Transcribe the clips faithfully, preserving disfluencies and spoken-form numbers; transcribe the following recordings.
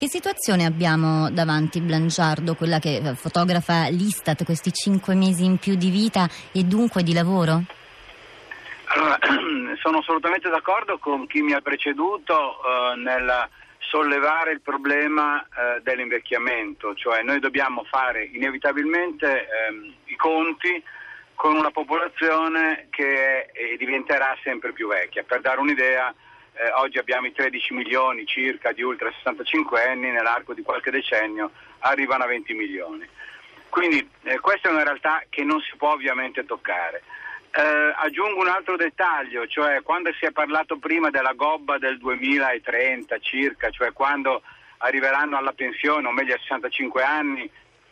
Che situazione abbiamo davanti, Blangiardo, quella che fotografa l'Istat, questi cinque mesi in più di vita e dunque di lavoro? Allora, sono assolutamente d'accordo con chi mi ha preceduto eh, nel sollevare il problema eh, dell'invecchiamento, cioè noi dobbiamo fare inevitabilmente ehm, i conti con una popolazione che è, diventerà sempre più vecchia. Per dare un'idea, Eh, oggi abbiamo i tredici milioni circa di ultra sessantacinque anni, nell'arco di qualche decennio arrivano a venti milioni. Quindi eh, questa è una realtà che non si può ovviamente toccare. Eh, aggiungo un altro dettaglio, cioè quando si è parlato prima della gobba del duemilatrenta circa, cioè quando arriveranno alla pensione, o meglio a sessantacinque anni,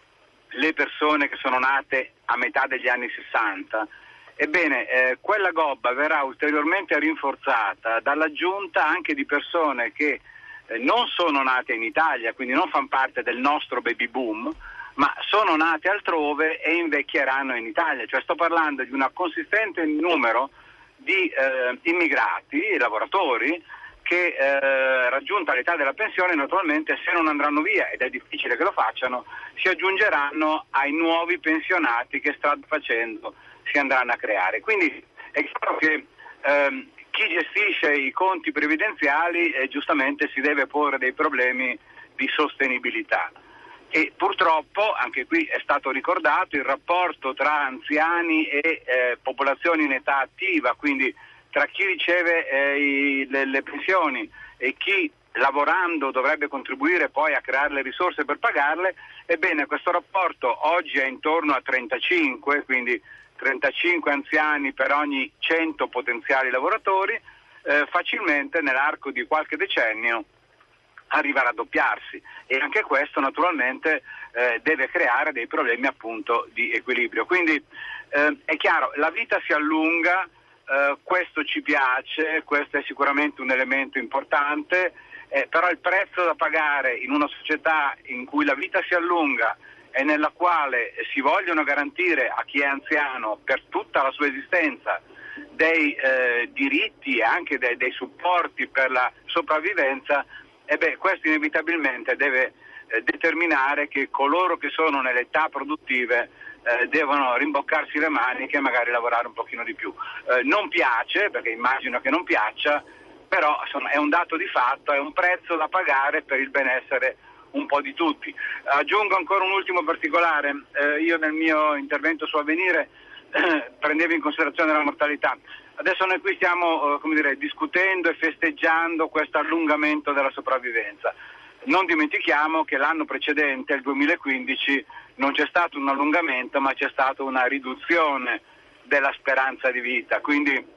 le persone che sono nate a metà degli anni sessanta, Ebbene, eh, quella gobba verrà ulteriormente rinforzata dall'aggiunta anche di persone che eh, non sono nate in Italia, quindi non fanno parte del nostro baby boom, ma sono nate altrove e invecchieranno in Italia. Cioè sto parlando di un consistente numero di eh, immigrati, lavoratori, che eh, raggiunta l'età della pensione naturalmente, se non andranno via, ed è difficile che lo facciano, si aggiungeranno ai nuovi pensionati che strada facendo si andranno a creare. Quindi è chiaro che ehm, chi gestisce i conti previdenziali eh, giustamente si deve porre dei problemi di sostenibilità. E purtroppo, anche qui è stato ricordato, il rapporto tra anziani e eh, popolazione in età attiva, quindi tra chi riceve eh, i, le, le pensioni e chi lavorando dovrebbe contribuire poi a creare le risorse per pagarle, ebbene questo rapporto oggi è intorno a trentacinque, quindi trentacinque anziani per ogni cento potenziali lavoratori, eh, facilmente nell'arco di qualche decennio arriva a raddoppiarsi, e anche questo naturalmente eh, deve creare dei problemi appunto di equilibrio. Quindi eh, è chiaro, la vita si allunga, eh, questo ci piace, questo è sicuramente un elemento importante, eh, però il prezzo da pagare in una società in cui la vita si allunga e nella quale si vogliono garantire a chi è anziano per tutta la sua esistenza dei eh, diritti e anche dei, dei supporti per la sopravvivenza, e beh, questo inevitabilmente deve eh, determinare che coloro che sono nelle età produttive eh, devono rimboccarsi le maniche e magari lavorare un pochino di più. Eh, non piace, perché immagino che non piaccia, però insomma è un dato di fatto, è un prezzo da pagare per il benessere un po' di tutti. Aggiungo ancora un ultimo particolare, eh, io nel mio intervento su Avvenire eh, prendevo in considerazione la mortalità. Adesso noi qui stiamo eh, come dire, discutendo e festeggiando questo allungamento della sopravvivenza. Non dimentichiamo che l'anno precedente, il duemilaquindici, non c'è stato un allungamento, ma c'è stata una riduzione della speranza di vita, quindi eh,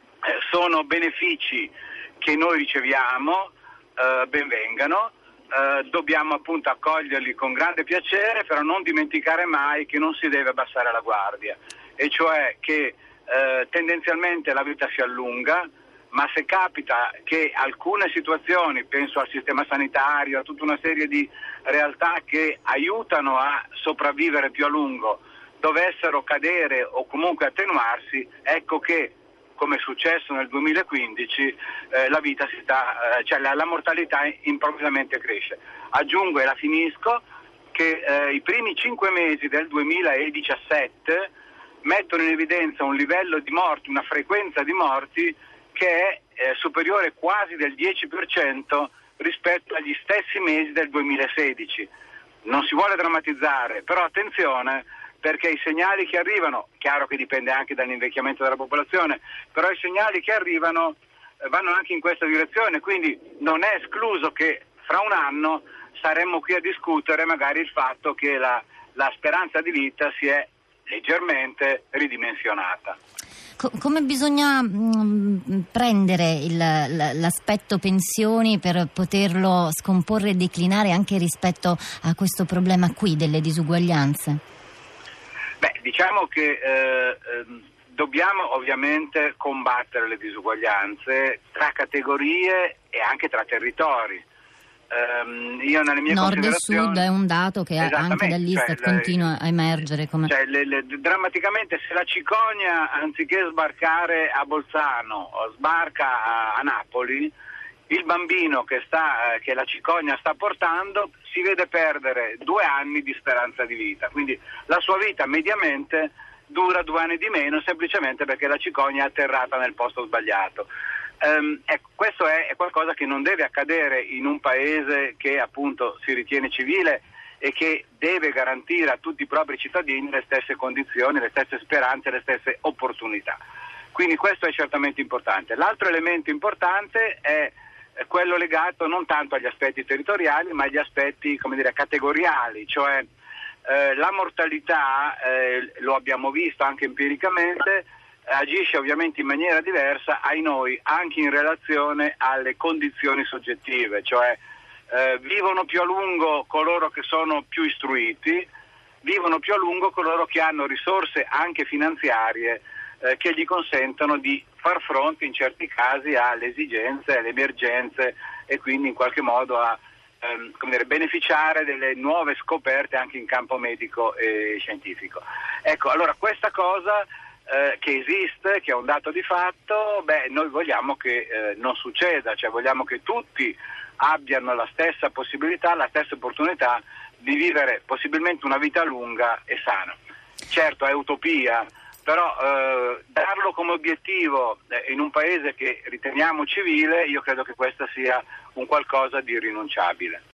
sono benefici che noi riceviamo, eh, benvengano. Uh, dobbiamo appunto accoglierli con grande piacere, però non dimenticare mai che non si deve abbassare la guardia, e cioè che uh, tendenzialmente la vita si allunga, ma se capita che alcune situazioni, penso al sistema sanitario, a tutta una serie di realtà che aiutano a sopravvivere più a lungo, dovessero cadere o comunque attenuarsi, ecco che, come è successo nel duemilaquindici, eh, la vita si sta, eh, cioè la, la mortalità improvvisamente cresce. Aggiungo, e la finisco, che eh, i primi cinque mesi del duemiladiciassette mettono in evidenza un livello di morti, una frequenza di morti che è eh, superiore quasi del dieci per cento rispetto agli stessi mesi del duemilasedici. Non si vuole drammatizzare, però attenzione, perché i segnali che arrivano, chiaro che dipende anche dall'invecchiamento della popolazione, però i segnali che arrivano eh, vanno anche in questa direzione, quindi non è escluso che fra un anno saremmo qui a discutere magari il fatto che la, la speranza di vita si è leggermente ridimensionata. Co- come bisogna mh, prendere il, l- l'aspetto pensioni per poterlo scomporre e declinare anche rispetto a questo problema qui delle disuguaglianze? Beh, diciamo che eh, dobbiamo ovviamente combattere le disuguaglianze tra categorie e anche tra territori. Um, io nelle mie Nord e considerazioni... Sud è un dato che anche dall'Istat cioè, continua a emergere. Come... Cioè, le, le, drammaticamente, se la cicogna, anziché sbarcare a Bolzano, sbarca a, a Napoli, il bambino che, sta, eh, che la cicogna sta portando si vede perdere due anni di speranza di vita, quindi la sua vita mediamente dura due anni di meno semplicemente perché la cicogna è atterrata nel posto sbagliato. Um, ecco, questo è, è qualcosa che non deve accadere in un paese che appunto si ritiene civile e che deve garantire a tutti i propri cittadini le stesse condizioni, le stesse speranze, le stesse opportunità. Quindi questo è certamente importante. L'altro elemento importante è quello legato non tanto agli aspetti territoriali ma agli aspetti, come dire, categoriali, cioè eh, la mortalità, eh, lo abbiamo visto anche empiricamente, agisce ovviamente in maniera diversa, ai noi, anche in relazione alle condizioni soggettive, cioè eh, vivono più a lungo coloro che sono più istruiti, vivono più a lungo coloro che hanno risorse anche finanziarie eh, che gli consentono di far fronte in certi casi alle esigenze, alle emergenze e quindi in qualche modo a ehm, come dire, beneficiare delle nuove scoperte anche in campo medico e scientifico. Ecco, allora questa cosa eh, che esiste, che è un dato di fatto, beh, noi vogliamo che eh, non succeda, cioè vogliamo che tutti abbiano la stessa possibilità, la stessa opportunità di vivere possibilmente una vita lunga e sana. Certo, è utopia, però eh, darlo come obiettivo eh, in un paese che riteniamo civile, io credo che questo sia un qualcosa di irrinunciabile.